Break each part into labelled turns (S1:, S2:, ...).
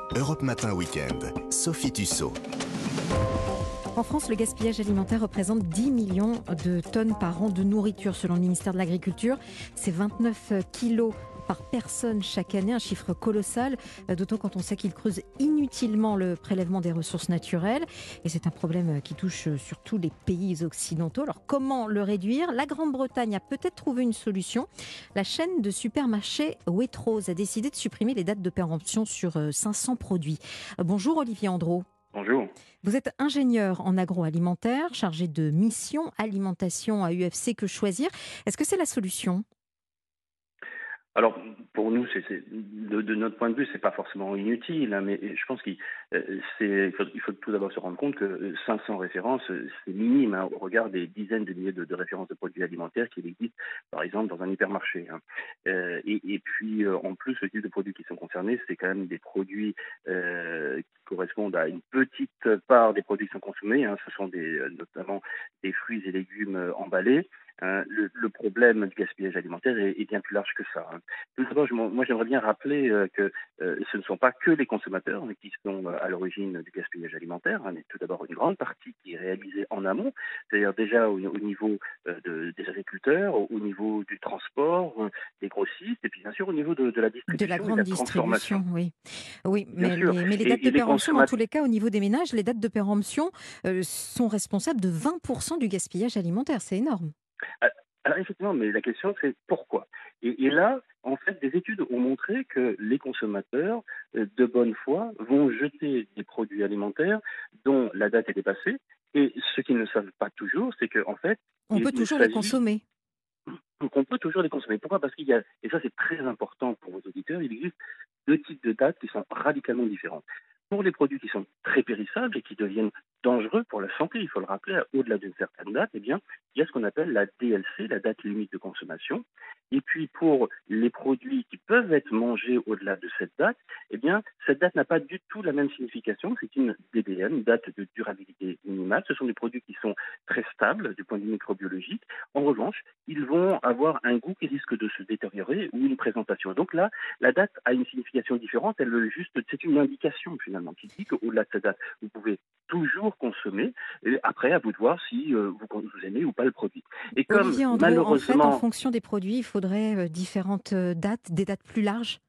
S1: Europe Matin Week-end, Sophie Tussaud.
S2: En France, le gaspillage alimentaire représente 10 millions de tonnes par an de nourriture. Selon le ministère de l'Agriculture, c'est 29 kilos par personne chaque année, un chiffre colossal, d'autant quand on sait qu'il creuse inutilement le prélèvement des ressources naturelles. Et c'est un problème qui touche surtout les pays occidentaux. Alors comment le réduire ? La Grande-Bretagne a peut-être trouvé une solution. La chaîne de supermarchés Waitrose a décidé de supprimer les dates de péremption sur 500 produits. Bonjour Olivier Andro.
S3: Bonjour.
S2: Vous êtes ingénieur en agroalimentaire, chargé de mission alimentation à UFC Que Choisir. Est-ce que c'est la solution ?
S3: Alors, pour nous, de notre point de vue, c'est pas forcément inutile, hein, mais je pense il faut tout d'abord se rendre compte que 500 références, c'est minime au regard des dizaines de milliers de références de produits alimentaires qui existent, par exemple, dans un hypermarché. Et puis, en plus, le type de produits qui sont concernés, c'est quand même des produits qui correspondent à une petite part des produits qui sont consommés. Ce sont notamment des fruits et légumes emballés. Le problème du gaspillage alimentaire est bien plus large que ça. Tout d'abord, moi j'aimerais bien rappeler que ce ne sont pas que les consommateurs qui sont à l'origine du gaspillage alimentaire, mais tout d'abord une grande partie qui est réalisée en amont, c'est-à-dire déjà au niveau des agriculteurs, au niveau du transport, des grossistes, et puis bien sûr au niveau de la distribution
S2: De la
S3: et de
S2: grande
S3: la transformation.
S2: distribution, oui. Oui,
S3: Bien sûr.
S2: mais les dates de
S3: Et les
S2: péremption, dans tous
S3: consommateurs.
S2: les cas, au niveau des ménages, les dates de péremption sont responsables de 20% du gaspillage alimentaire. C'est énorme.
S3: Alors effectivement, mais la question c'est pourquoi. Et là, en fait, des études ont montré que les consommateurs de bonne foi vont jeter des produits alimentaires dont la date est dépassée. Et ce qu'ils ne savent pas toujours, c'est qu'en fait,
S2: On peut
S3: il
S2: toujours les
S3: s'agit
S2: consommer.
S3: qu'on peut toujours les consommer. Pourquoi ? Parce qu'il y a, et ça c'est très important pour vos auditeurs, il existe deux types de dates qui sont radicalement différentes. Pour les produits qui sont très périssables et qui deviennent dangereux pour la santé, il faut le rappeler, au-delà d'une certaine date, eh bien, il y a ce qu'on appelle la DLC, la date limite de consommation. Et puis pour les produits qui peuvent être mangés au-delà de cette date, eh bien, cette date n'a pas du tout la même signification. C'est une DDM, date de durabilité minimale. Ce sont des produits qui sont très stables du point de vue microbiologique. En revanche, ils vont avoir un goût qui risque de se détériorer ou une présentation. Donc là, la date a une signification différente. C'est une indication finalement qui dit qu'au-delà de cette date, vous pouvez toujours consommer. Et après, à vous de voir si vous aimez ou pas le produit. Et comme
S2: Olivier Andro, en fait, en
S3: malheureusement,
S2: fonction des produits, il faudrait différentes dates, des dates plus larges.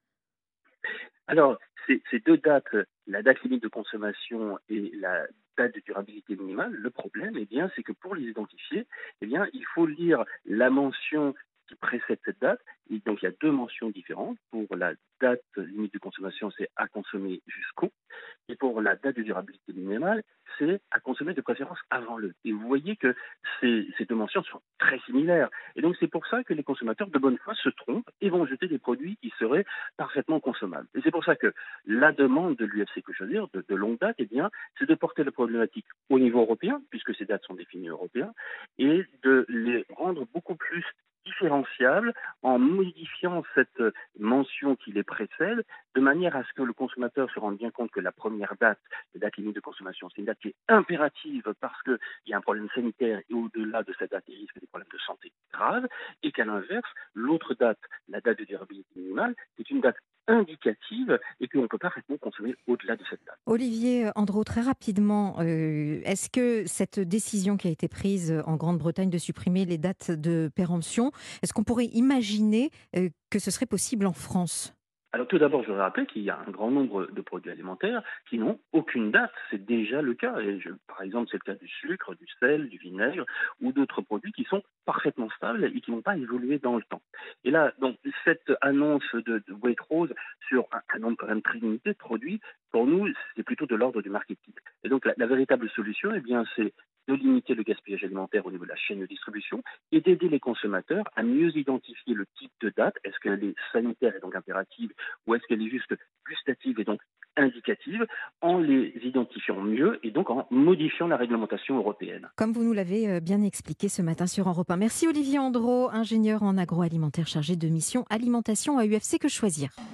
S3: alors ces deux dates, la date limite de consommation et la date de durabilité minimale, le problème, eh bien, c'est que pour les identifier, eh bien, il faut lire la mention qui précède cette date. Et donc, il y a deux mentions différentes. Pour la date limite de consommation, c'est à consommer jusqu'au. Et pour la date de durabilité minimale, c'est à consommer de préférence avant le. Et vous voyez que ces deux mentions sont très similaires. Et donc c'est pour ça que les consommateurs de bonne foi se trompent et vont jeter des produits qui seraient parfaitement consommables. Et c'est pour ça que la demande de l'UFC Que Choisir, de longue date, eh bien, c'est de porter la problématique au niveau européen, puisque ces dates sont définies européens, et de les rendre beaucoup plus différenciables en modifiant cette mention qui les précède, de manière à ce que le consommateur se rende bien compte que la première date, la date limite de consommation, c'est une date qui est impérative parce qu'il y a un problème sanitaire et au-delà de cette date, il risque des problèmes de santé graves, et qu'à l'inverse, l'autre date, la date de durabilité minimale, c'est une date indicative et qu'on peut parfaitement consommer au-delà de cette date.
S2: Olivier Andro, très rapidement, est-ce que cette décision qui a été prise en Grande-Bretagne de supprimer les dates de péremption, est-ce qu'on pourrait imaginer que ce serait possible en France ?
S3: Alors tout d'abord, je voudrais rappeler qu'il y a un grand nombre de produits alimentaires qui n'ont aucune date. C'est déjà le cas. Par exemple, c'est le cas du sucre, du sel, du vinaigre ou d'autres produits qui sont parfaitement stables et qui n'ont pas évolué dans le temps. Et là, donc, cette annonce de Waitrose sur un nombre quand même très limité de produits, pour nous, c'est plutôt de l'ordre du marketing. Et donc, la véritable solution, eh bien, c'est de limiter le gaspillage alimentaire au niveau de la chaîne de distribution et d'aider les consommateurs à mieux identifier le type de date. Est-ce qu'elle est sanitaire et donc impérative, ou est-ce qu'elle est juste gustative et donc indicative, en les identifiant mieux et donc en modifiant la réglementation européenne.
S2: Comme vous nous l'avez bien expliqué ce matin sur Europe 1. Merci Olivier Andro, ingénieur en agroalimentaire chargé de mission alimentation à UFC Que Choisir.